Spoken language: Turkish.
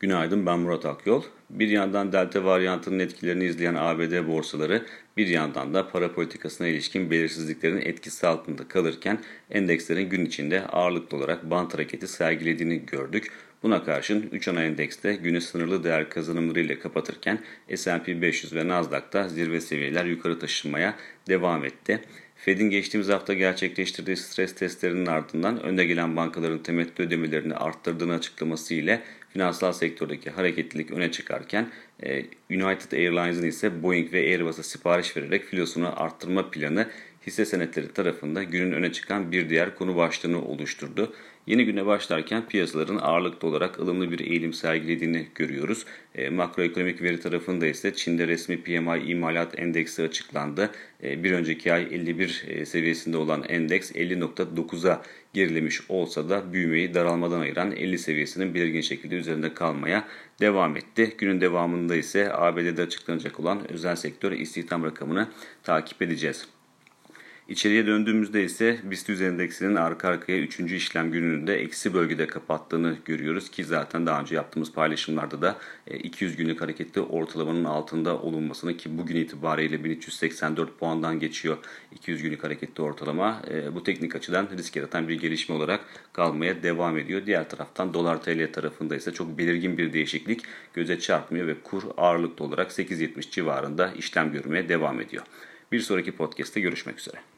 Günaydın, ben Murat Akyol. Bir yandan delta varyantının etkilerini izleyen ABD borsaları, bir yandan da para politikasına ilişkin belirsizliklerin etkisi altında kalırken endekslerin gün içinde ağırlıklı olarak bant hareketi sergilediğini gördük. Buna karşın 3 ana endekste günü sınırlı değer kazanımlarıyla kapatırken S&P 500 ve Nasdaq'ta zirve seviyeler yukarı taşınmaya devam etti. Fed'in geçtiğimiz hafta gerçekleştirdiği stres testlerinin ardından önde gelen bankaların temettü ödemelerini arttırdığını açıklaması ile finansal sektördeki hareketlilik öne çıkarken United Airlines'ın ise Boeing ve Airbus'a sipariş vererek filosunu arttırma planı hisse senetleri tarafında günün öne çıkan bir diğer konu başlığını oluşturdu. Yeni güne başlarken piyasaların ağırlıklı olarak ılımlı bir eğilim sergilediğini görüyoruz. Makroekonomik veri tarafında ise Çin'de resmi PMI imalat endeksi açıklandı. Bir önceki ay 51 seviyesinde olan endeks 50.9'a gerilemiş olsa da büyümeyi daralmadan ayıran 50 seviyesinin belirgin şekilde üzerinde kalmaya devam etti. Günün devamında ise ABD'de açıklanacak olan özel sektör istihdam rakamını takip edeceğiz. İçeriye döndüğümüzde ise BIST endeksinin arka arkaya 3. işlem gününü de eksi bölgede kapattığını görüyoruz ki zaten daha önce yaptığımız paylaşımlarda da 200 günlük hareketli ortalamanın altında olunmasını, ki bugün itibariyle 1384 puandan geçiyor 200 günlük hareketli ortalama. Bu teknik açıdan risk yaratan bir gelişme olarak kalmaya devam ediyor. Diğer taraftan dolar TL tarafında ise çok belirgin bir değişiklik göze çarpmıyor ve kur ağırlıklı olarak 8.70 civarında işlem görmeye devam ediyor. Bir sonraki podcast'te görüşmek üzere.